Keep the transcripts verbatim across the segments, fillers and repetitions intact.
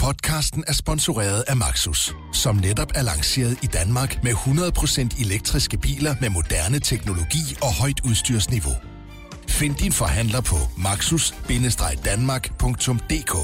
Podcasten er sponsoreret af Maxus, som netop er lanceret i Danmark med hundrede procent elektriske biler med moderne teknologi og højt udstyrsniveau. Find din forhandler på maxus bindestreg danmark punktum d k.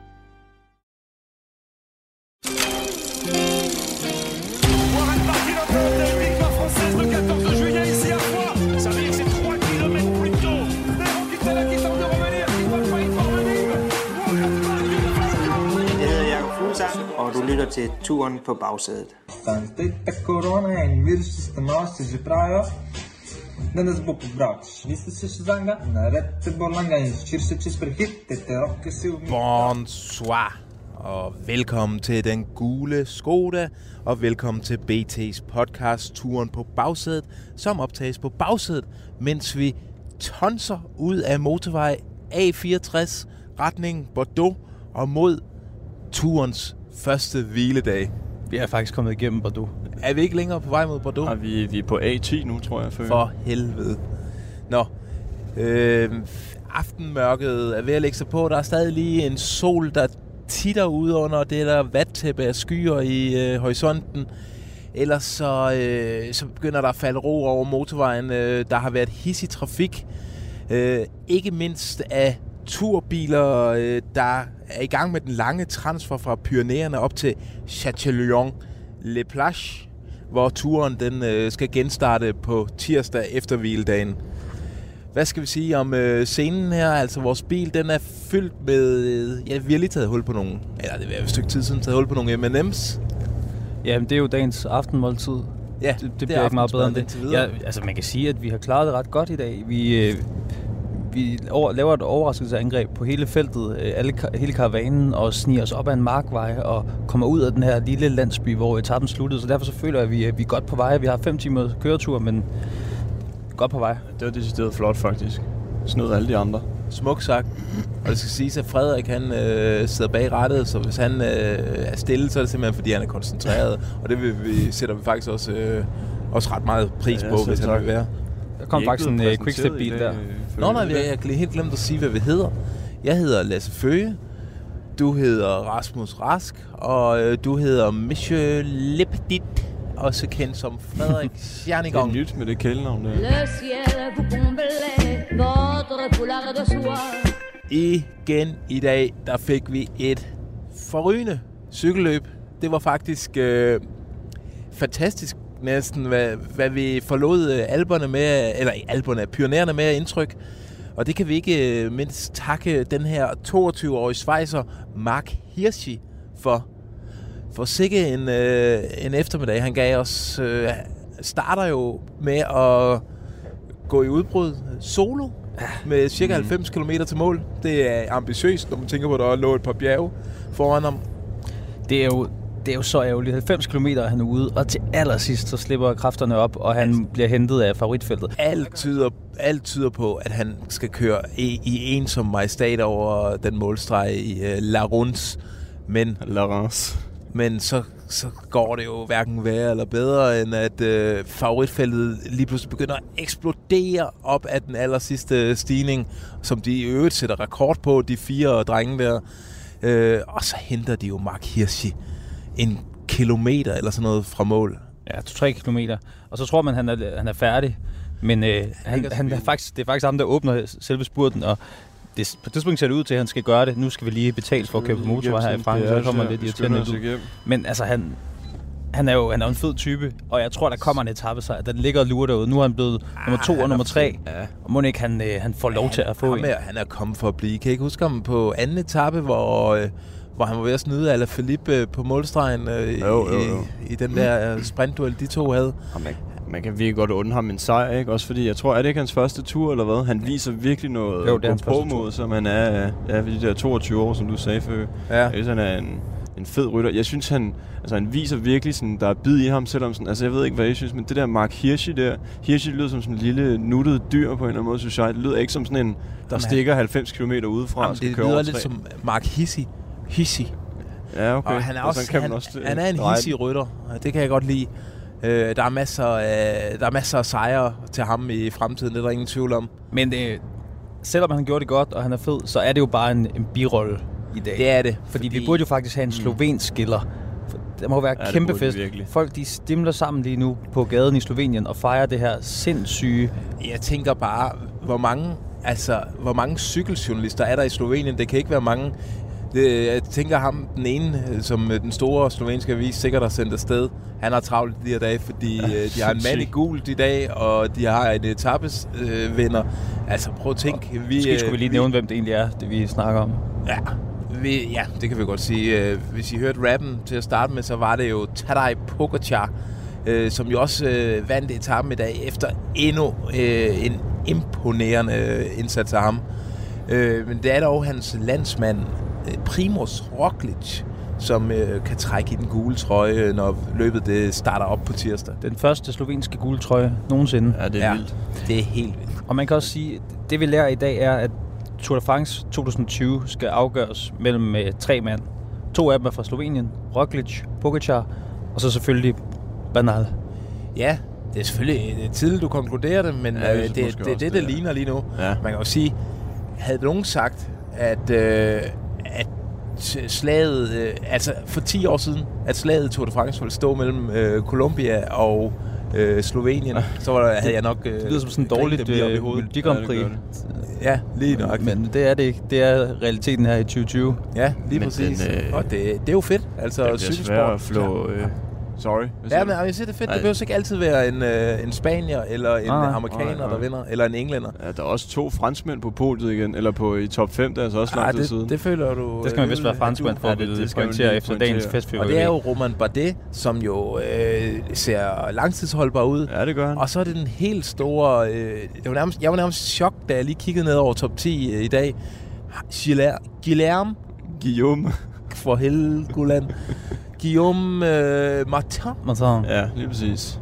Og du lytter til Turen på bagsædet. Тъй корона е вирус становище се правя. Да не сбу побрат. Вие сте се занга, наред се боланга и чирсе чиз прехит, те те робке си уми. Bonsoir, og velkommen til Den Gule Skoda, og velkommen til B T's podcast Turen på bagsædet, som optages på bagsædet, mens vi tonser ud af motorvej A fireogtres, retning Bordeaux og mod turens første hviledag. Vi er faktisk kommet igennem Bordeaux. Er vi ikke længere på vej mod Bordeaux? Ja, vi, vi er på A ti nu, tror jeg. Før. For helvede. Nå, øh, aftenmørket er ved at lægge sig på. Der er stadig lige en sol, der titter ud under det der vattæppe af skyer i øh, horisonten. Ellers så, øh, så begynder der at falde ro over motorvejen. Øh, der har været hissig trafik. Øh, ikke mindst af turbiler, øh, der er i gang med den lange transfer fra Pyrenæerne op til Châtillon-les-Plages, hvor turen den, øh, skal genstarte på tirsdag efter hviledagen. Hvad skal vi sige om øh, scenen her? Altså vores bil, den er fyldt med... Øh, ja, vi har lige taget hul på nogle... Eller det er et stykke tid siden taget hul på nogle M and M's. Jamen, det er jo dagens aftenmåltid. Ja, det, det, det bliver ikke meget bedre end det. Ja, altså, man kan sige, at vi har klaret det ret godt i dag. Vi... Øh, Vi over, laver et overraskelsesangreb på hele feltet, alle, hele karavanen, og sniger os op ad en markvej og kommer ud af den her lille landsby, hvor etappen sluttede. Så derfor så føler jeg, at vi, vi er godt på vej. Vi har fem timer køretur, men godt på vej. Det var decideret flot, faktisk. Snød alle de andre. Smuk sagt. Og det skal siges, at Frederik han, øh, sidder bag rattet, så hvis han øh, er stille, så er det simpelthen, fordi han er koncentreret. Og det vil vi, sætter vi faktisk også, øh, også ret meget pris ja, på, hvis han vil være. Der kom faktisk en uh, quickstep-bil der. Nå nej, jeg har helt glemt at sige, hvad vi hedder. Jeg hedder Lasse Føge, du hedder Rasmus Rask, og øh, du hedder Monsieur Lepedit, også kendt som Frederik Sjernigong. Det er nyt med det kælenavn der. Igen i dag, der fik vi et forrygende cykelløb. Det var faktisk øh, fantastisk. Næsten, hvad, hvad vi forlod Alperne med, eller Alperne, Pyrenæerne med indtryk. Og det kan vi ikke mindst takke den her toogtyve-årige svejser, Mark Hirschi, for. For sikke en, øh, en eftermiddag, han gav os. Øh, starter jo med at gå i udbrud solo med cirka halvfems kilometer til mål. Det er ambitiøst, når man tænker på, at der lå et par bjerge foran ham. Det er jo... Det er jo så ærgerligt. halvfems kilometer er han ude, og til allersidst så slipper kræfterne op, og han altså, bliver hentet af favoritfeltet. Alt tyder, alt tyder på, at han skal køre i, i ensom majestat over den målstreg i uh, La Runce. Men, La Runce. Men så, så går det jo hverken værre eller bedre, end at uh, favoritfeltet lige pludselig begynder at eksplodere op af den allersidste stigning, som de i øvrigt sætter rekord på, de fire drenge der. Uh, og så henter de jo Mark Hirschi en kilometer eller sådan noget fra mål. Ja, to-tre kilometer. Og så tror man, han er, han er færdig. Men øh, han, han er faktisk, det er faktisk ham, der åbner selve spurten. Og det, på det tidspunkt ser det ud til, at han skal gøre det. Nu skal vi lige betale for at køre på motorvej her i Frankrig. Så kommer lidt irriterende ud. Men altså, han, han er jo han er en fed type. Og jeg tror, der kommer en etappesejr. Den ligger og lurer derude. Nu er han blevet ah, nummer to og nummer tre. Ja. Og må ikke han, øh, han får lov ja, til at få en. Er, han er kommet for at blive. Kan I ikke huske ham på anden etape, hvor... Øh, hvor han var ved at snyde Alaphilippe på målstregen øh, jo, jo, jo. I, i den der sprintduel, de to havde. Man, man kan virkelig godt undre ham en sejr, ikke? Også fordi, jeg tror, er det ikke hans første tur, eller hvad? Han viser virkelig noget jo, på mod, som han er ja, ved de der toogtyve år, som du sagde før. Ja. Jeg han er en, en fed rytter. Jeg synes, han, altså, han viser virkelig, sådan, der er bid i ham, selvom sådan, altså jeg ved ikke, hvad jeg synes, men det der Mark Hirschi der, Hirschi lyder som sådan en lille nuttet dyr på en eller anden måde, synes jeg. Det lyder ikke som sådan en, der stikker halvfems kilometer udefra. Jamen, det lyder lidt som Mark Hirschi. Hissig. Ja, okay. Og han er også, kan han, man også han er en hissig rytter. Det kan jeg godt lide. Øh, der er masser af, der er masser af sejre til ham i fremtiden, det er der ingen tvivl om. Men øh, selvom han gjorde det godt, og han er fed, så er det jo bare en, en birolle. i dag. Det er det. Fordi, fordi vi burde jo faktisk have en slovensk skiller. Det må være ja, kæmpe fest. Folk de stimler sammen lige nu på gaden i Slovenien og fejrer det her sindssyge. Jeg tænker bare, hvor mange, altså, hvor mange cykeljournalister er der i Slovenien? Det kan ikke være mange. Det, jeg tænker ham, den ene, som den store slovenske avis sikkert har sendt afsted, han har travlt de her dage, fordi ja, de har en mand i gult i dag, og de har en etapes øh, vinder. Altså prøv at tænke. Vi, Måske skulle vi lige vi, nævne, hvem det egentlig er, det vi snakker om. Ja. Vi, ja, det kan vi godt sige. Hvis I hørte rappen til at starte med, så var det jo Tadej Pogačar, øh, som jo også øh, vandt etappen i dag efter endnu øh, en imponerende indsats af ham. Øh, men det er dog hans landsmand, øh, Primož Roglič, som øh, kan trække i den gule trøje, når løbet det starter op på tirsdag. Den første slovenske gule trøje nogensinde. Ja, det er ja, vildt. Det er helt vildt. Og man kan også sige, det vi lærer i dag er, at Tour de France to tusind tyve skal afgøres mellem øh, tre mand. To af dem er fra Slovenien, Roglič, Pogačar, og så selvfølgelig Bernal. Ja, det er selvfølgelig det er tidligt, du konkluderer det, men ja, øh, det, det, det er det, det ja. ligner lige nu. Ja. Man kan jo sige, havde nogen sagt, at, øh, at slaget, øh, altså for ti år siden, at slaget Tour de France ville stå mellem øh, Colombia og øh, Slovenien, så var der, havde jeg nok... Øh, det lyder som sådan en dårligt øh, Melodi Grand Prix. Ja, lige nok. Men det er det ikke. Det er realiteten her i tyve tyve. Ja, lige men præcis. Den, øh, og det, det er jo fedt. Altså, cykelsport. At flå, øh, sorry. Ja, men jeg siger, det er fedt. Nej. Det behøver ikke altid være en, øh, en spanier, eller en ah, amerikaner, ah, ah. der vinder, eller en englænder. Ja, der er også to franskmænd på podiet igen, eller på i top fem, der er så også lang tid det, siden. det føler du... Det skal man vist være franskmænd for, ja, det, det pointere efter dagens festfyrværkeri. Og det er jo Romain Bardet, som jo øh, ser langtidsholdbar ud. Ja, det gør han. Og så er det den helt store... Øh, det var nærmest, jeg var nærmest chok, da jeg lige kiggede ned over top ti øh, i dag. Guilherme. Guillaume. For Helgoland. Guillaume øh, Martin. Martin. Ja, lige præcis.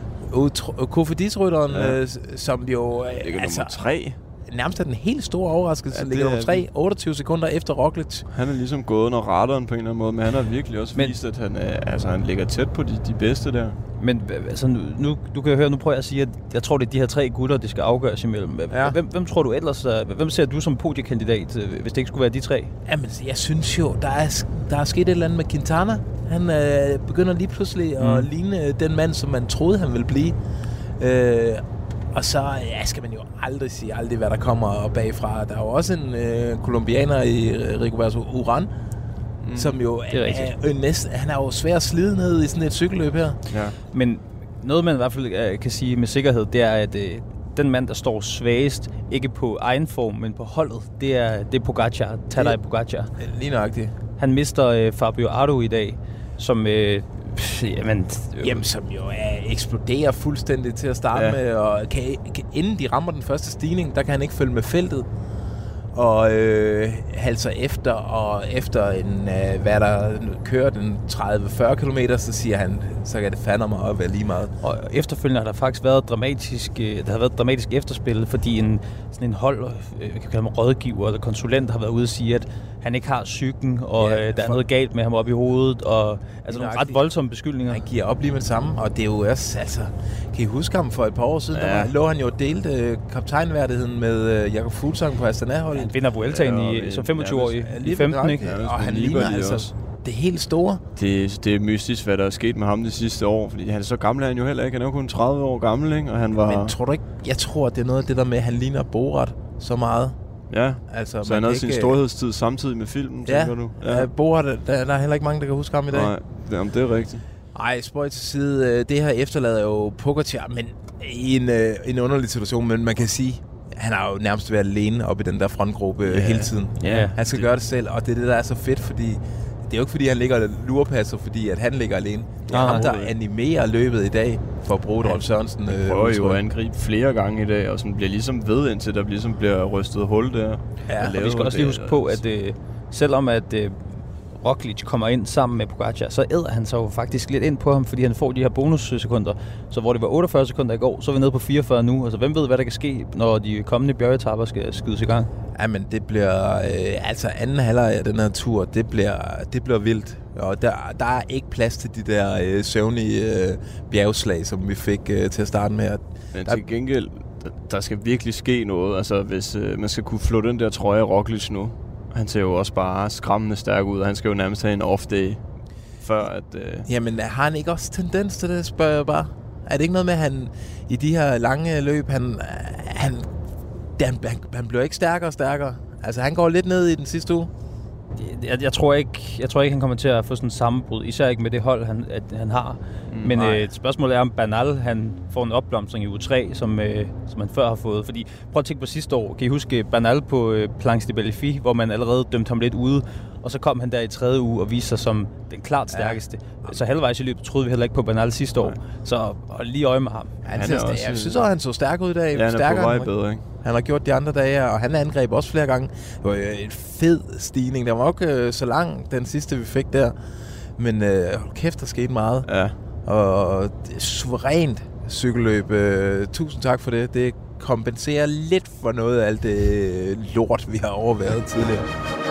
Kofidis-rytteren, ja. øh, som jo... Øh, ligger altså, nummer tre. Nærmest er den helt store overraskelse. Ja, ligger nummer tre, otteogtyve sekunder efter Roglič. Han er ligesom gået under radaren på en eller anden måde, men han har virkelig også men, vist, at han, er, altså, han ligger tæt på de, de bedste der. Men altså, nu, du kan høre, nu prøver jeg at sige, at jeg tror, det er de her tre gutter, det skal afgøres imellem. Ja. Hvem, hvem tror du ellers, hvem ser du som podiekandidat, hvis det ikke skulle være de tre? Jamen, jeg synes jo, der er, der er sket et eller andet med Quintana. Han øh, begynder lige pludselig mm. at ligne den mand, som man troede, han ville blive. Øh, og så ja, skal man jo aldrig sige aldrig, hvad der kommer bagfra. Der er jo også en øh, kolumbianer i Rigoberto Urán, mm. som jo er, er, er næsten, han er jo svær at slide ned i sådan et cykelløb her. Ja. Men noget, man i hvert fald kan sige med sikkerhed, det er, at øh, den mand, der står svagest, ikke på egen form, men på holdet, det er, det er Pogačar, Tadej Pogačar. Lige nøjagtigt. Han mister øh, Fabio Aru i dag, som... Øh, Jamen, Jamen, som jo er, eksploderer fuldstændig til at starte ja. med, og kan, kan, inden de rammer den første stigning, der kan han ikke følge med feltet, og øh, halser efter, og efter en, øh, hvad der kører den tredive til fyrre kilometer, så siger han, så kan det fandme mig at være lige meget. Og efterfølgende har der faktisk været dramatisk, der har været dramatisk efterspil, fordi en, sådan en hold, øh, vi kan kalde ham rådgiver eller konsulent, har været ude og sige, at han ikke har psyken, og ja, øh, der er noget galt med ham oppe i hovedet, og altså nogle ret voldsomme beskyldninger. Han giver op lige med det samme, og det er jo også, altså, kan I huske ham for et par år siden, ja. der var, lå han jo og delte øh, kaptajnværdigheden med øh, Jakob Fuglsang på Astana-holdet. Han vinder Vueltaen ja, i, som femogtyve-årig i femten, ikke? Ja, og han ligner altså også. Det helt store. Det, det er mystisk, hvad der er sket med ham det sidste år, fordi han er så gammel, er han jo heller ikke. Han er jo kun tredive år gammel, ikke? Og han var... Men tror du ikke, jeg tror, at det er noget af det der med, at han ligner Borat så meget. Ja, altså, så han havde sin storhedstid samtidig med filmen, ja, tænker du? Ja, Borat, der, der er heller ikke mange, der kan huske ham i dag. Nej, jamen, det er rigtigt. Ej, spøj til side. Det her efterlader jo Pogačar, men i en, en underlig situation, men man kan sige, han har jo nærmest været alene oppe i den der frontgruppe yeah. hele tiden. Yeah. Han skal det. gøre det selv, og det er det, der er så fedt, fordi det er jo ikke fordi, han ligger og lurepasser, fordi at han ligger alene. Det er ah, ham, der animerer løbet i dag for at bruge Rolf Sørensen. Han øh, prøver jo at angribe flere gange i dag, og sådan bliver ligesom ved, indtil der ligesom bliver rystet hul der. Ja, og, og vi skal også lige huske på, at øh, selvom at øh, Roglič kommer ind sammen med Pogačar, så æder han så jo faktisk lidt ind på ham, fordi han får de her bonussekunder. Så hvor det var otteogfyrre sekunder i går, så er vi nede på fireogfyrre nu. Altså hvem ved, hvad der kan ske, når de kommende bjergetapper skal skydes i gang? Ja, men det bliver... Øh, altså anden halvleg af den her tur, det bliver, det bliver vildt. Og der, der er ikke plads til de der øh, søvnige øh, bjergslag, som vi fik øh, til at starte med. Men der, til gengæld, der, der skal virkelig ske noget, altså hvis øh, man skal kunne flå den der trøje af Roglič nu. Han ser jo også bare skræmmende stærk ud, og han skal jo nærmest have en off-day, før at... Øh... Jamen, har han ikke også tendens til det, spørger jeg bare? Er det ikke noget med, at han i de her lange løb, han, han, han, han, han bliver ikke stærkere og stærkere? Altså, han går lidt ned i den sidste uge. Jeg, jeg, tror ikke, jeg tror ikke, han kommer til at få sådan en sammenbrud, især ikke med det hold, han, at, han har. Mm, Men øh, spørgsmålet er, om Bernal han får en opblomstring i uge tre, som, øh, som han før har fået. Fordi prøv at tænke på sidste år. Kan I huske Bernal på øh, Planche de Belfi, hvor man allerede dømte ham lidt ude, og så kom han der i tredje uge og viste sig som den klart stærkeste. Ja. Så halvvejs i løbet troede vi heller ikke på Bernal sidste år. Nej. Så hold lige øje med ham. Han han også, jeg synes også, han så stærk ud i dag. Ja, han er på vej bedre, ikke? Han har gjort de andre dage, og han angreb også flere gange. Det var en fed stigning. Der var jo ikke øh, så lang, den sidste vi fik der. Men øh, hold kæft, der skete meget. Ja. Og suverænt cykelløb. Øh, tusind tak for det. Det kompenserer lidt for noget af alt det lort, vi har overværet tidligere.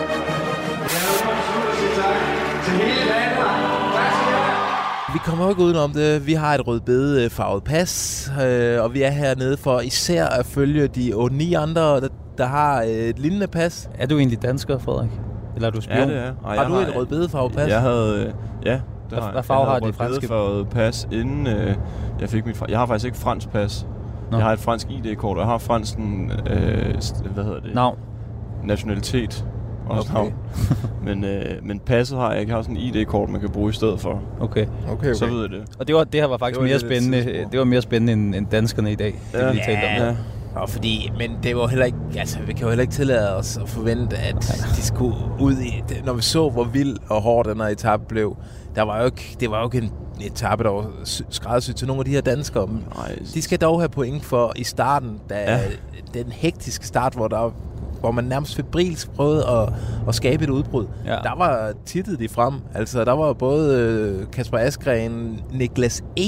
Vi kommer jo ikke udenom det. Vi har et rødbedefarvet pas, øh, og vi er hernede for især at følge de otte ni andre, der, der har et lignende pas. Er du egentlig dansker, Frederik? Eller er du spion? Ja, det er. Har, har du et rødbedefarvet pas? Jeg havde, ja. Hvad, hvad farve har de franske? Jeg havde rødbedefarvet pas, inden øh, jeg fik mit... Jeg har faktisk ikke fransk pas. Nå. Jeg har et fransk I D-kort, og jeg har fransk... Øh, hvad hedder det? Navn. Nationalitet. Også okay. men, øh, men passet har jeg ikke. Jeg har sådan en I D-kort, man kan bruge i stedet for. Okay. Okay, okay. Så ved jeg det. Og det, var, det her var faktisk det var mere spændende. Det var mere spændende end, end danskerne i dag. Ja. Det vi talte om. Ja. Og fordi, men det var heller ikke, altså vi kan jo heller ikke tillade os at forvente, at de skulle ud i, når vi så, hvor vild og hård den her etape blev, der var jo ikke, det var jo ikke en etape, der var skræddersyet til nogle af de her danskere. Nej. De skal dog have point for i starten, da ja. den hektiske start, hvor der hvor man nærmest febrilsk prøvede at, at skabe et udbrud. Ja. Der var tittet de frem. Altså, der var både Kasper Askren, Niklas E.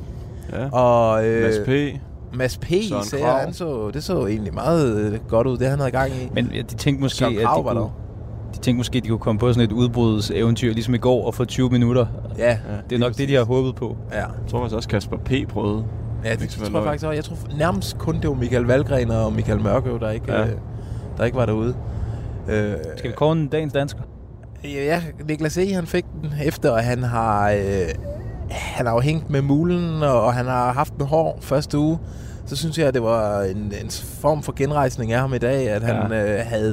Ja. og øh, Mads P. Mads P. Især, han så, det så egentlig meget godt ud, det han havde gang i. Men ja, de tænkte måske, at de kunne, de tænkte måske, at de kunne komme på sådan et udbrudseventyr, ligesom i går, og få tyve minutter. Ja. ja det er nok det, de har håbet på. Ja. Jeg tror faktisk også, Kasper P. prøvede. Ja, det, det tror jeg faktisk også. Jeg tror nærmest kun, det var Michael Valgren og Michael Mørkøv, der ikke... Ja. Øh, der ikke var derude. Øh, Skal vi kåre en dagens dansker? Ja, Niklas E. han fik den efter, at han har, øh, han har jo hængt med mulen, og han har haft med hår første uge. Så synes jeg, at det var en, en form for genrejsning af ham i dag, at han ja. øh, havde,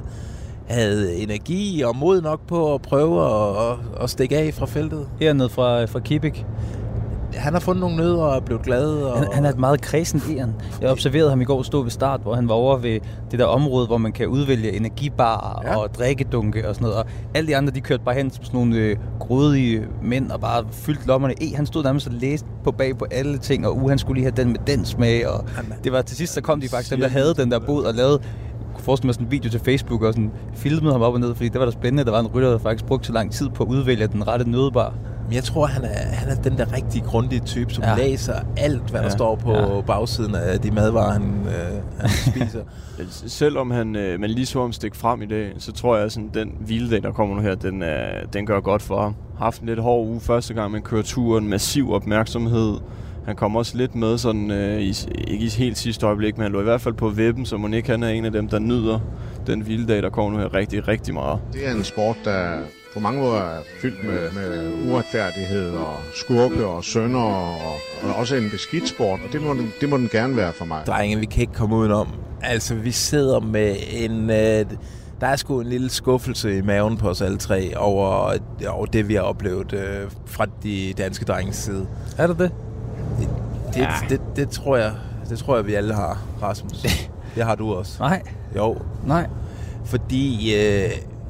havde energi og mod nok på at prøve at, at, at stikke af fra feltet. Hernede fra, fra Kibik. Han har fundet nogle nødder og er blevet glad. Og han, han er et meget kræsent æren. Jeg observerede ham i går stå ved start, hvor han var over ved det der område, hvor man kan udvælge energibarer ja. og drikkedunke og sådan noget. Og alle de andre, de kørte bare hen som sådan nogle øh, grådige mænd og bare fyldt lommerne. E, han stod nærmest og læste på bag på alle ting, og uh, han skulle lige have den med den smag. Og det var til sidst, så kom de faktisk dem, der havde den der båd og lavede... Jeg kunne forestille mig sådan en video til Facebook og sådan filmede ham op og ned, fordi det var da spændende. Der var en rytter, der faktisk brugte så lang tid på at udvælge den rette nødbar. Men jeg tror, han er, han er den der rigtig grundige type, som ja. læser alt, hvad ja. der står på ja. bagsiden af de madvarer, han, øh, han spiser. Selvom han, øh, man lige så ham stikke frem i dag, så tror jeg, at den hviledag, der kommer nu her, den, er, den gør godt for ham. Haft en lidt hård uge første gang, man kører turen, massiv opmærksomhed. Han kom også lidt med, sådan, øh, i, ikke i helt sidste øjeblik, men han lå i hvert fald på vippen, så Monique han er en af dem, der nyder den hviledag, der kommer nu her rigtig, rigtig meget. Det er en sport, der på mange måder er fyldt med, med uretfærdighed og skurke og synder, og, og også en beskidt sport, og det må, den, det må den gerne være for mig. Drenge, vi kan ikke komme udenom. Altså, vi sidder med en... Øh, der er sgu en lille skuffelse i maven på os alle tre over, over det, vi har oplevet øh, fra de danske drenges side. Er det det? Det, det, ja. det, det, det, tror jeg, det tror jeg, vi alle har, Rasmus. Det har du også. Nej. Jo. Nej. Fordi øh,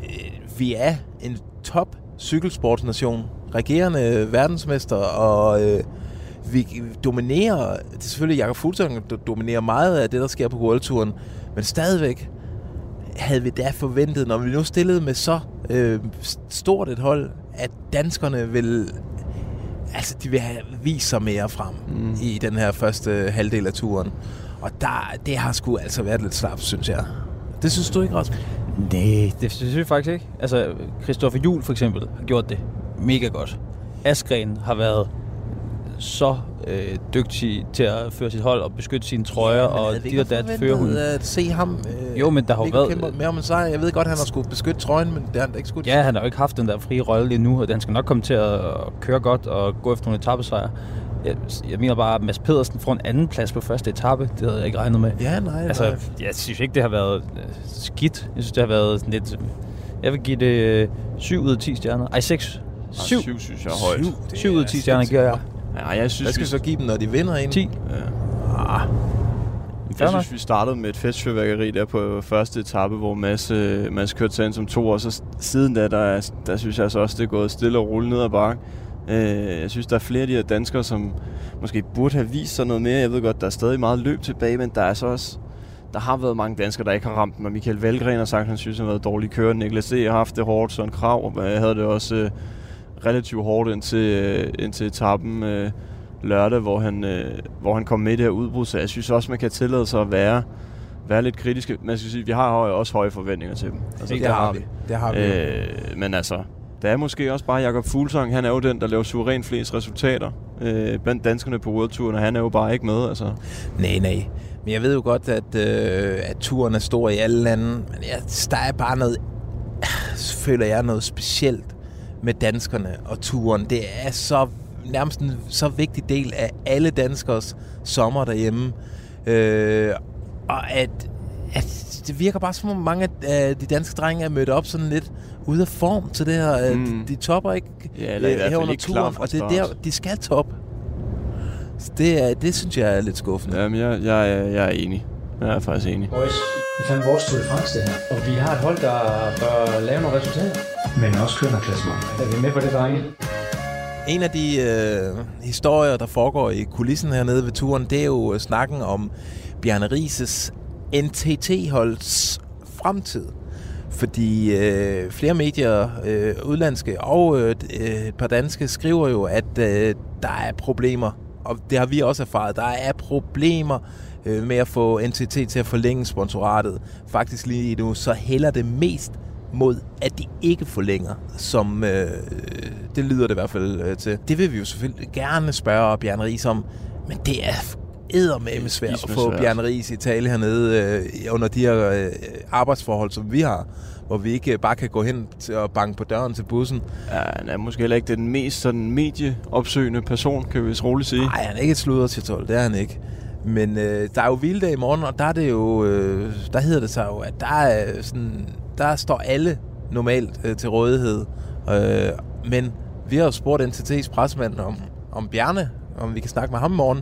vi er en top cykelsportsnation, regerende verdensmester, og øh, vi dominerer, det er selvfølgelig Jakob Fuglsang, der dominerer meget af det, der sker på Worldtouren, men stadigvæk havde vi da forventet, når vi nu stillede med så øh, stort et hold, at danskerne vil, altså de vil have vist sig mere frem mm. i den her første halvdel af turen. Og der, det har sgu altså været lidt slapt, synes jeg. Det synes du ikke, Rasmus? Nej, det synes jeg faktisk ikke. Altså, Christoffer Juhl for eksempel har gjort det mega godt. Askren har været så øh, dygtig til at føre sit hold og beskytte sine trøjer, ja, og dit og dat fører hun. At se ham øh, jo, men der har været mere om en sejr. Jeg ved godt, han har skulle beskytte trøjen, men det har han da ikke skudt. Ja, han har jo ikke haft den der frie rolle endnu, og han skal nok komme til at køre godt og gå efter nogle etapesejre. Jeg, jeg mener bare, at Mads Pedersen får en anden plads på første etape. Det havde jeg ikke regnet med. Ja, nej, altså, nej. Jeg synes ikke, det har været øh, skidt. Jeg synes, det har været sådan lidt... Jeg vil give det øh, syv ud af ti stjerner. Ej, seks. syv. syv synes jeg er højt. syv ud af ti stjerner giver jeg. Ja, jeg synes, jeg skal vi... så give dem, når de vinder en. ti. Ja. Ah. Jeg synes, vi startede med et festfyrværkeri der på første etape, hvor Mads, øh, Mads kørte sig ind som to, og så siden da, der, der synes jeg så også, det er gået stille og roligt ned ad bakken. Øh, jeg synes, der er flere af de her danskere, som måske burde have vist sig noget mere. Jeg ved godt, der er stadig meget løb tilbage, men der er så også... Der har været mange danskere, der ikke har ramt dem, og Michael Valgren har sagt, at han synes, han har været dårlig kører. Niklas E. har haft det hårdt, Søren Krag havde det også øh, relativt hårdt indtil, øh, indtil etappen øh, lørdag, hvor han, øh, hvor han kom med i det her udbrud. Så jeg synes også, man kan tillade sig at være, være lidt kritiske. Man skal sige, vi har også høje forventninger til dem. Altså, det, det har vi. Det har vi. Øh, men altså, der er måske også bare Jakob Fuglsang. Han er jo den, der laver suverænt flest resultater øh, blandt danskerne på World Touren, og han er jo bare ikke med. Altså. Nej, nej. Men jeg ved jo godt, at, øh, at turen er stor i alle lande. Men jeg, der er bare noget, føler jeg, noget specielt med danskerne og turen. Det er så nærmest en så vigtig del af alle danskers sommer derhjemme. Øh, og at, at det virker bare som om mange af de danske drenge er mødt op sådan lidt ude af form til det her. Mm. De topper ikke ja, eller i hvert fald ikke klar og det er der, de skal toppe. Det, er, det synes jeg er lidt skuffende. Jamen, jeg, jeg, jeg er enig. Jeg er faktisk enig. Boys, det er fandme vores Tour de France, det her. Og vi har et hold, der bør lave nogle resultater. Men også kører noget klassement. Er vi med på det, drenge? En af de øh, historier, der foregår i kulissen hernede ved turen, det er jo snakken om Bjarne Riises N T T-holds fremtid. Fordi øh, flere medier, øh, udlandske og øh, et par danske, skriver jo, at øh, der er problemer. Og det har vi også erfaret. Der er problemer øh, med at få N T T til at forlænge sponsoratet. Faktisk lige nu, så hælder det mest mod, at de ikke forlænger, som øh, det lyder det i hvert fald øh, til. Det vil vi jo selvfølgelig gerne spørge Bjarne Riis om, men det er eddermame svært at få Bjarne Riis i tale hernede øh, under de her øh, arbejdsforhold, som vi har, hvor vi ikke bare kan gå hen til at banke på døren til bussen. Ja, han er måske heller ikke den mest sådan medieopsøgende person, kan vi vist roligt sige. Nej, han er ikke et sludder til tolv, det er han ikke. Men øh, der er jo hviledag i morgen, og der er det jo, øh, der hedder det sig jo, at der er sådan, der står alle normalt øh, til rådighed. Øh, men vi har jo spurgt N T T's pressemand om, om Bjarne, om vi kan snakke med ham i morgen.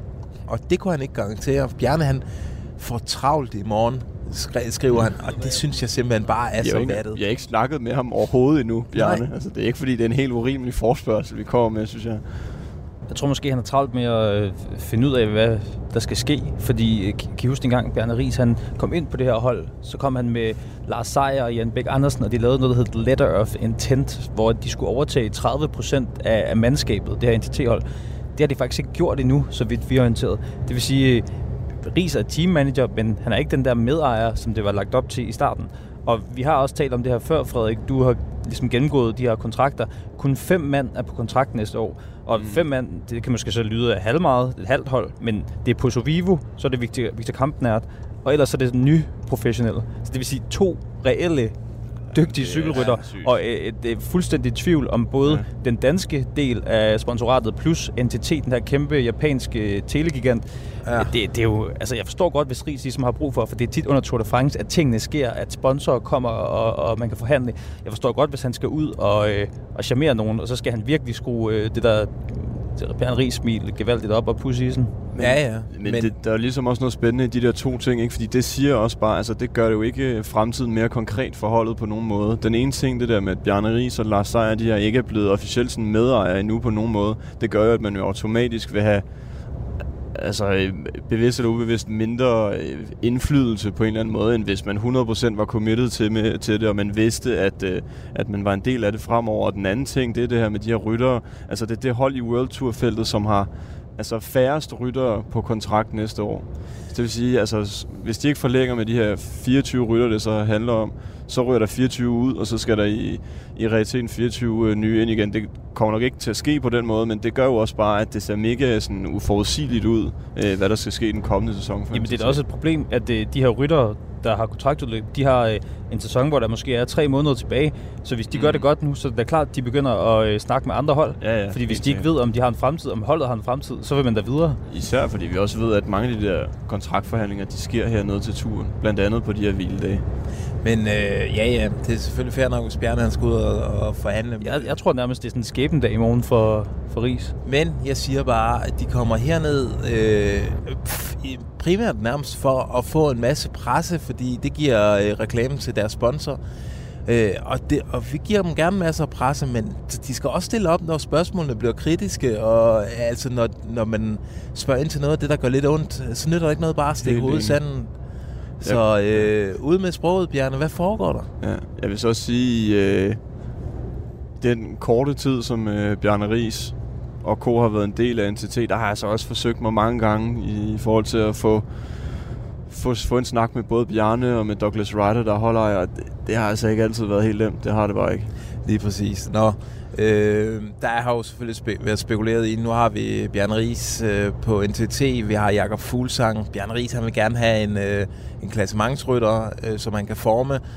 Og det kunne han ikke garantere. Bjarne, han får travlt i morgen, skriver han, og det synes jeg simpelthen bare er så vattet. Jeg har ikke snakket med ham overhovedet endnu, Bjarne. Altså, det er ikke, fordi det er en helt urimelig forespørgsel, vi kommer med, synes jeg. Jeg tror måske, han har travlt med at finde ud af, hvad der skal ske. Fordi, kan I huske en gang, Bjarne Riis, han kom ind på det her hold. Så kom han med Lars Seier og Jan Bæk Andersen, og de lavede noget, der hed Letter of Intent, hvor de skulle overtage tredive procent af, af mandskabet, det her N T T-hold. Det har de faktisk ikke gjort endnu, så vidt vi er orienteret. Det vil sige, Riis er teammanager, men han er ikke den der medejer, som det var lagt op til i starten. Og vi har også talt om det her før, Frederik. Du har ligesom gennemgået de her kontrakter. Kun fem mand er på kontrakt næste år. Og mm. fem mand, det kan måske så lyde af halvmeget, et halvt hold, men det er Pozzo Vivo, så er det Victor, Victor Kampenert, og ellers så er det nye professionelle. Så det vil sige to reelle dygtige cykelrytter, og et, et, et fuldstændig tvivl om både ja. den danske del af sponsoratet plus N T T, den her kæmpe japanske telegigant. Ja. Det, det er jo, altså jeg forstår godt, hvis Riis ligesom har brug for, for det er tit under Tour de France, at tingene sker, at sponsorer kommer, og, og man kan forhandle. Jeg forstår godt, hvis han skal ud og, øh, og charmere nogen, og så skal han virkelig skrue øh, det der Bjarne Riis-smil gevaldigt op og pusse isen. Men, ja, ja. Men, men det, der er ligesom også noget spændende i de der to ting, ikke? Fordi det siger også bare, altså det gør det jo ikke fremtiden mere konkret for holdet på nogen måde. Den ene ting, det der med, at Bjarne Riis og Lars Seier, de her ikke er blevet officielt sådan medejere endnu på nogen måde, det gør jo, at man jo automatisk vil have altså bevidst eller ubevidst mindre indflydelse på en eller anden måde, end hvis man hundrede procent var committed til, med, til det, og man vidste, at, at man var en del af det fremover. Og den anden ting, det er det her med de her ryttere. Altså det er det hold i World Tour-feltet, som har altså færrest ryttere på kontrakt næste år. Så det vil sige, altså hvis de ikke forlænger med de her fireogtyve rytter, det så handler om, så ryger der fireogtyve ud, og så skal der i, i realiteten fireogtyve nye ind igen. Det kommer nok ikke til at ske på den måde, men det gør jo også bare, at det ser mega sådan uforudsigeligt ud, øh, hvad der skal ske i den kommende sæson. Jamen det er også et problem, at de her ryttere, der har kontraktudløb, de har øh, en sæson, hvor der måske er tre måneder tilbage. Så hvis de mm. gør det godt nu, så er det klart, at de begynder at øh, snakke med andre hold. Ja, ja, fordi hvis de ikke ved, om de har en fremtid, om holdet har en fremtid, så vil man da videre. Især fordi vi også ved, at mange af de der kontraktforhandlinger, de sker hernede til turen. Blandt andet på de her hviledage. Men øh, ja, ja, det er selvfølgelig fair nok, hvis Bjarne han skal ud og, og forhandle. Jeg, jeg tror nærmest, det er sådan en skæbnedag i morgen for, for Riis. Men jeg siger bare, at de kommer herned øh, pff, primært nærmest for at få en masse presse, fordi det giver øh, reklame til deres sponsor. Øh, og, det, og vi giver dem gerne masser af presse, men de skal også stille op, når spørgsmålene bliver kritiske, og altså når, når man spørger ind til noget af det, der gør lidt ondt, så nytter der ikke noget bare at stikke hovedet i sanden. Så øh, ud med sproget, Bjarne. Hvad foregår der? Ja, jeg vil så også sige, øh, den korte tid, som øh, Bjarne Riis og Co. har været en del af N T T, der har jeg så også forsøgt mig mange gange i, i forhold til at få, få, få en snak med både Bjarne og med Douglas Ryder, der holder jeg. Det, det har altså ikke altid været helt nemt. Det har det bare ikke. Lige præcis. Nå, øh, der har jo selvfølgelig spe- været spekuleret i. Nu har vi Bjarne Riis øh, på N T T. Vi har Jakob Fuglsang. Bjarne Riis, han vil gerne have en, øh, en klassementsrytter, øh, som han kan forme. Det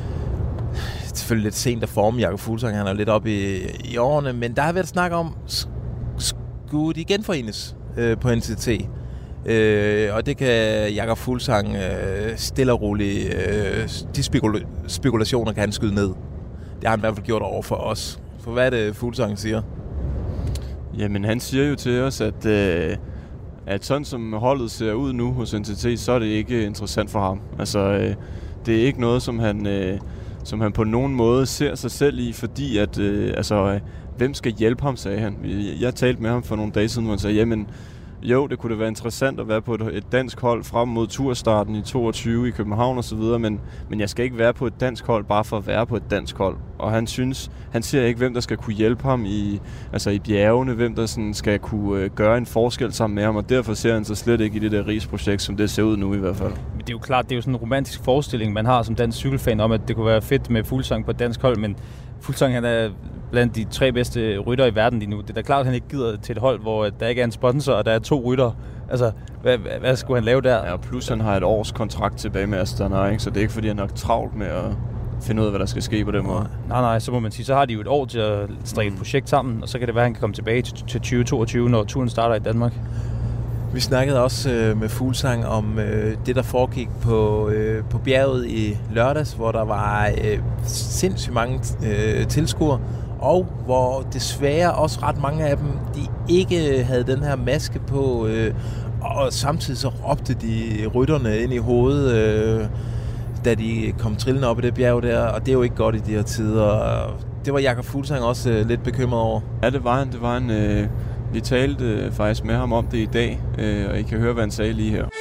er selvfølgelig lidt sent at forme Jakob Fuglsang. Han er lidt oppe i, i årene. Men der har været snak om, skulle de genforenes øh, på N T T? Øh, og det kan Jakob Fuglsang øh, stille og roligt. Øh, de spekula- spekulationer kan han skyde ned. Det har han i hvert fald gjort over for os. For hvad er det, Fuglsang siger? Jamen, han siger jo til os, at, øh, at sådan som holdet ser ud nu hos N T T, så er det ikke interessant for ham. Altså, øh, det er ikke noget, som han, øh, som han på nogen måde ser sig selv i, fordi at, øh, altså, øh, hvem skal hjælpe ham, sagde han. Jeg talte med ham for nogle dage siden, hvor han sagde, jamen, jo, det kunne da være interessant at være på et, et dansk hold frem mod turstarten i toogtyve i København og så videre, men, men jeg skal ikke være på et dansk hold bare for at være på et dansk hold. Og han synes, han ser ikke, hvem der skal kunne hjælpe ham i, altså i bjergene, hvem der sådan skal kunne øh, gøre en forskel sammen med ham, og derfor ser han så slet ikke i det der Riis-projekt, som det ser ud nu i hvert fald. Men det er jo klart, det er jo sådan en romantisk forestilling, man har som dansk cykelfan om, at det kunne være fedt med Fuglsang på et dansk hold, men Fuglsang, han er blandt de tre bedste rytter i verden lige nu. Det er da klart, at han ikke gider til et hold, hvor der ikke er en sponsor, og der er to rytter. Altså, hvad, hvad skulle han lave der? Ja, og plus han har et års kontrakt tilbage med Astana, ikke? Så det er ikke, fordi han er nok travlt med at finde ud af, hvad der skal ske på den måde. Nej, nej, så må man sige, så har de jo et år til at strikke mm. et projekt sammen, og så kan det være, at han kan komme tilbage til, til tyve toogtyve, når turen starter i Danmark. Vi snakkede også øh, med Fuglsang om øh, det, der foregik på, øh, på bjerget i lørdags, hvor der var øh, sindssygt mange øh, tilskuere, og hvor desværre også ret mange af dem, de ikke havde den her maske på, øh, og samtidig så råbte de rytterne ind i hovedet, øh, da de kom trillende op i det bjerg der, og det er jo ikke godt i de her tider. Det var Jakob Fuglsang også øh, lidt bekymret over. Ja, det var han. Det var en... Øh Vi talte øh, faktisk med ham om det i dag, øh, og I kan høre, hvad han sagde lige her.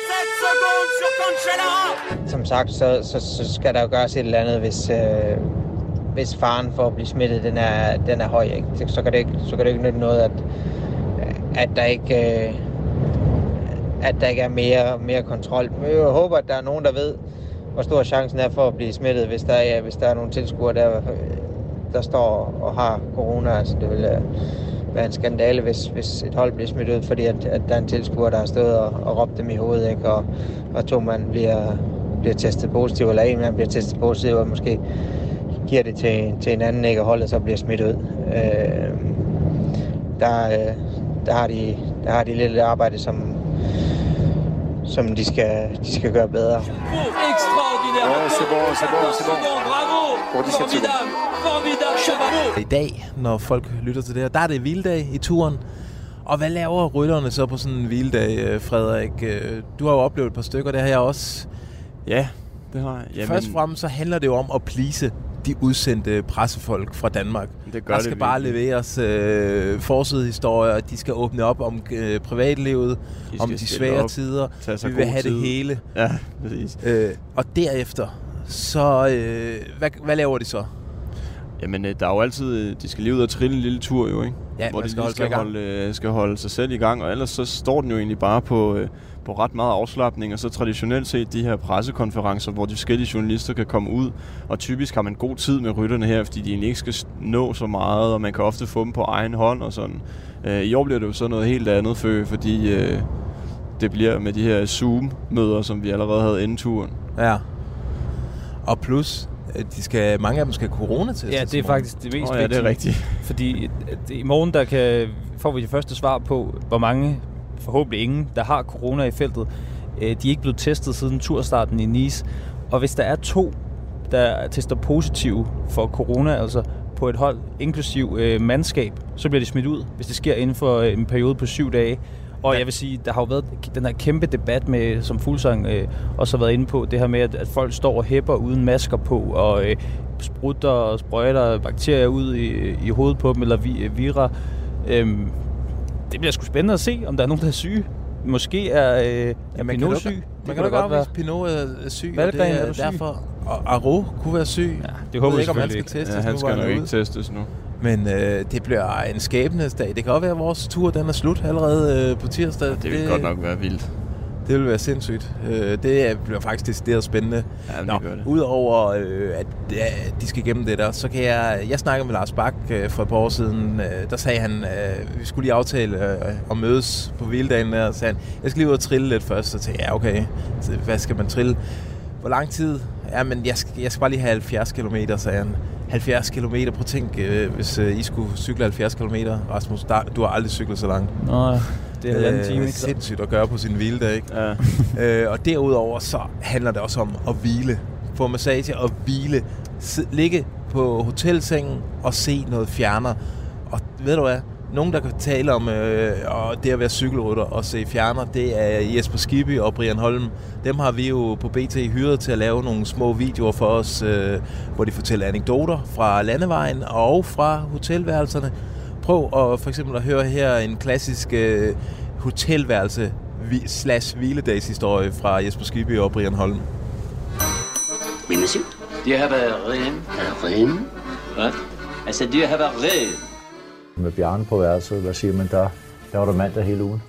Som sagt, så, så, så skal der jo gøres et eller andet, hvis, øh, hvis faren for at blive smittet, den er, den er høj. Ikke? Så, kan det ikke, så kan det ikke nytte noget, at, at, der ikke, øh, at der ikke er mere, mere kontrol. Men jeg håber, at der er nogen, der ved, hvor stor chancen er for at blive smittet, hvis der er, hvis der er nogle tilskuere, der, der står og har corona. Altså, det vil være en skandale, hvis, hvis et hold bliver smidt ud, fordi at, at der er en tilskuer, der har stået og, og råbt dem i hovedet, ikke? Og, og to mand bliver, bliver testet positiv, eller en mand bliver testet positiv, og måske giver det til, til en anden, ikke? Og holdet så bliver smidt ud. Øh, der, øh, der, har de, der har de lidt arbejde, som, som de, skal, de skal gøre bedre. Oh, c'est bon, c'est bon, c'est bon. I dag, når folk lytter til det her, der er det hviledag i turen. Og hvad laver rytterne så på sådan en hviledag, Frederik? Du har jo oplevet et par stykker, det har jeg også. Ja, det har jeg. Jamen... Først og fremmest så handler det jo om at please de udsendte pressefolk fra Danmark. Det gør der skal det bare leveres øh, forsidehistorier, og de skal åbne op om øh, privatlivet, de om de svære op, tider. Vi vil have tid. Det hele. Ja, præcis. Øh, og derefter, så øh, hvad, hvad laver de så? Jamen, der er jo altid... De skal lige ud og trille en lille tur, jo, ikke? Ja, hvor de skal, holde, skal, holde, skal holde sig selv i gang, og ellers så står den jo egentlig bare på, på ret meget afslapning, og så traditionelt set de her pressekonferencer, hvor de forskellige journalister kan komme ud, og typisk har man god tid med rytterne her, fordi de egentlig ikke skal nå så meget, og man kan ofte få dem på egen hånd og sådan. I år bliver det jo så noget helt andet, for, fordi det bliver med de her Zoom-møder, som vi allerede havde inden turen. Ja. Og plus... De skal, mange af dem skal corona-testes. Ja, det er faktisk det mest oh, ja, det er rigtigt. Fordi det, i morgen der kan, får vi det første svar på, hvor mange, forhåbentlig ingen, der har corona i feltet. De er ikke blevet testet siden turstarten i Nice. Og hvis der er to, der tester positiv for corona, altså på et hold, inklusiv øh, mandskab, så bliver de smidt ud, hvis det sker inden for en periode på syv dage. Og jeg vil sige, der har jo været den her kæmpe debat med, som Fuglsang øh, også har været inde på, det her med, at, at folk står og hæpper uden masker på, og øh, sprutter og sprøjter bakterier ud i, i hovedet på dem, eller vi, vira. Øhm, det bliver sgu spændende at se, om der er nogen, der er syge. Måske er, øh, er Pinot syg. Man kan da godt være, Pinot er syg, Valgren, og det er, er du syg? derfor. Og Aro kunne være syg. Ja, det håber jeg ikke, om han selvfølgelig skal testes ja, han nu, skal nok ikke ude. testes nu. Men øh, det bliver en skæbnesdag. Det kan også være, at vores tur den er slut allerede øh, på tirsdag. Ja, det vil det, godt nok være vildt. Det vil være sindssygt. Øh, det bliver faktisk decideret spændende. Ja, Nå, Udover øh, at ja, de skal igennem det der, så kan jeg... Jeg snakkede med Lars Bak øh, for et par år siden. Øh, der sagde han, øh, vi skulle lige aftale øh, at mødes på hviledagen der. Og sagde han, jeg skal lige ud og trille lidt først. Så tænkte jeg, ja okay, så, hvad skal man trille? Hvor lang tid? Ja, men jeg skal, jeg skal bare lige have halvfjerds kilometer, sagde han. halvfjerds kilometer, prøv at tænk, øh, hvis øh, I skulle cykle halvfjerds kilometer, Rasmus, der, du har aldrig cyklet så langt. Nå, det er halvanden time. Det er sindssygt at gøre på sin hviledag, ikke? Ja. øh, og derudover så handler det også om at hvile. Få massage og hvile. S- ligge på hotelsengen og se noget fjerner. Og ved du hvad? Nogen, der kan tale om øh, og det at være cykelrytter og se fjerner, det er Jesper Skibby og Brian Holm. Dem har vi jo på B T hyret til at lave nogle små videoer for os, øh, hvor de fortæller anekdoter fra landevejen og fra hotelværelserne. Prøv at, for eksempel at høre her en klassisk øh, hotelværelse vi, slash hviledagshistorie fra Jesper Skibby og Brian Holm. Oui, monsieur. Do you have a room? A room? What? I said, do you have a room? Med Bjarne på værelset, hvad siger man der? Der var der mandag hele ugen.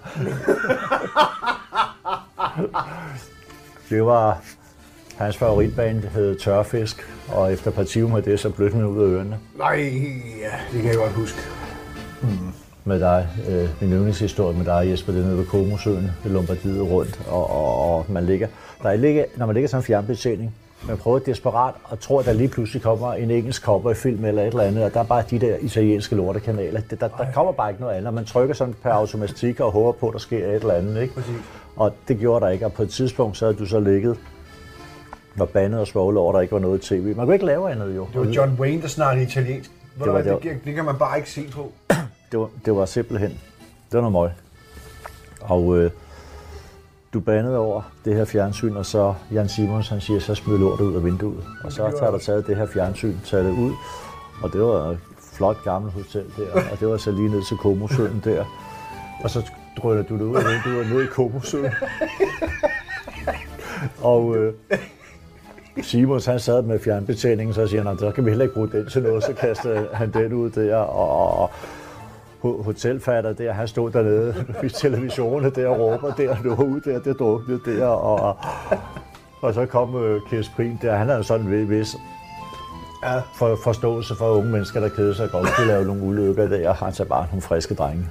Det var hans favoritbane, det hed Tørfisk, og efter et par timer med det, så blødte man ud af ørerne. Nej, ja, det kan jeg godt huske. Mm. Med dig, øh, min yndlingshistorie med dig, Jesper, det nede ved Komosøen, ved Lombardiet rundt, og, og, og man ligger, der ligger, når man ligger sådan en fjernbetjening, man prøver desperat og tror, at der lige pludselig kommer en engelsk cowboyfilm eller et eller andet, og der er bare de der italienske lortekanaler. Der, der, der kommer bare ikke noget andet, man trykker sådan per automatik og håber på, at der sker et eller andet, ikke? Præcis. Og det gjorde der ikke, og på et tidspunkt så havde du så ligget og bandet og svoglet over, der ikke var noget tv. Man kunne ikke lave andet, jo. Det var John Wayne, der snakkede italiensk. Det, var, det, var, det, det kan man bare ikke se på. Det var, det var simpelthen, det var noget møg. Og øh, du bandede over det her fjernsyn, og så Jan Simons, han siger, så smid lortet ud af vinduet. Og så tager der taget det her fjernsyn, taget det ud, og det var et flot gammelt hotel der, og det var så lige ned til Komosøen der. Og så drøner du det ud af vinduet og ned i Komosøen. Og øh, Simons, han sad med fjernbetjeningen, så siger han, så kan vi heller ikke bruge den til noget, så kaster han den ud der, og, og hotelfatter der, han stod dernede ved televisionen der og råber der, og ud der, det druknede der, og, og så kom uh, Kjers Prim der, han havde sådan en vis ja, for, forståelse for unge mennesker, der keder sig godt til at lave nogle ulykker der, og han tager bare nogle friske drenge.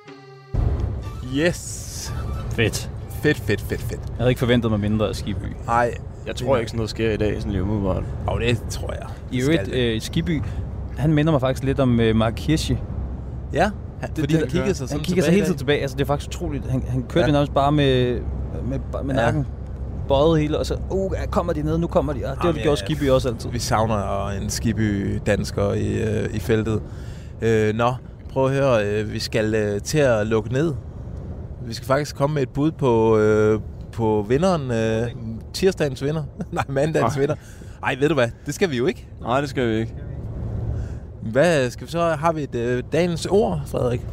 Yes! Fedt. Fedt, fedt, fedt, fedt. Jeg havde ikke forventet mig mindre af Skibby. Nej. Jeg tror ikke, sådan noget sker i dag, sådan lige umiddelbart. Og det tror jeg. I øvrigt, øh, Skibby, han minder mig faktisk lidt om øh, Mark Hirschi. Ja, han, det, fordi det, han kigger sig Han kigger sig hele tiden tilbage. Altså, det er faktisk utroligt. Han, han kørte ja. nærmest bare med, med, med ja. nakken bøjet hele, og så, uh, kommer de ned, nu kommer de. Ja, det har vi gjort Skibby også altid. Vi savner en Skibby-dansker i, øh, i feltet. Øh, nå, prøv at høre, øh, vi skal øh, til at lukke ned. Vi skal faktisk komme med et bud på, øh, på vinderen, øh, tirsdagens vinder. Nej, mandagens vinder. Ej, ved du hvad, det skal vi jo ikke. Nej, det skal vi ikke. Hvad skal vi så? Har vi et øh, dagens ord, Frederik?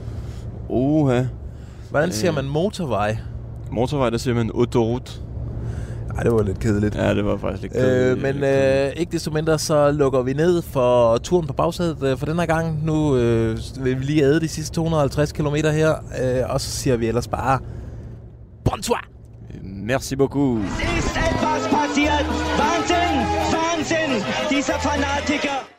Oha. Hvordan siger man motorvej? Motorvej, der siger man autoroute. Ej, det var lidt kedeligt. Ja, det var faktisk lidt kedeligt. Øh, men øh, ikke desto mindre, så lukker vi ned for turen på bagsædet øh, for den her gang. Nu øh, vil vi lige æde de sidste to hundrede og halvtreds kilometer her, øh, og så siger vi ellers bare bonsoir. Merci beaucoup. Es ist etwas passiert. Wahnsinn, Wahnsinn, dieser Fanatiker.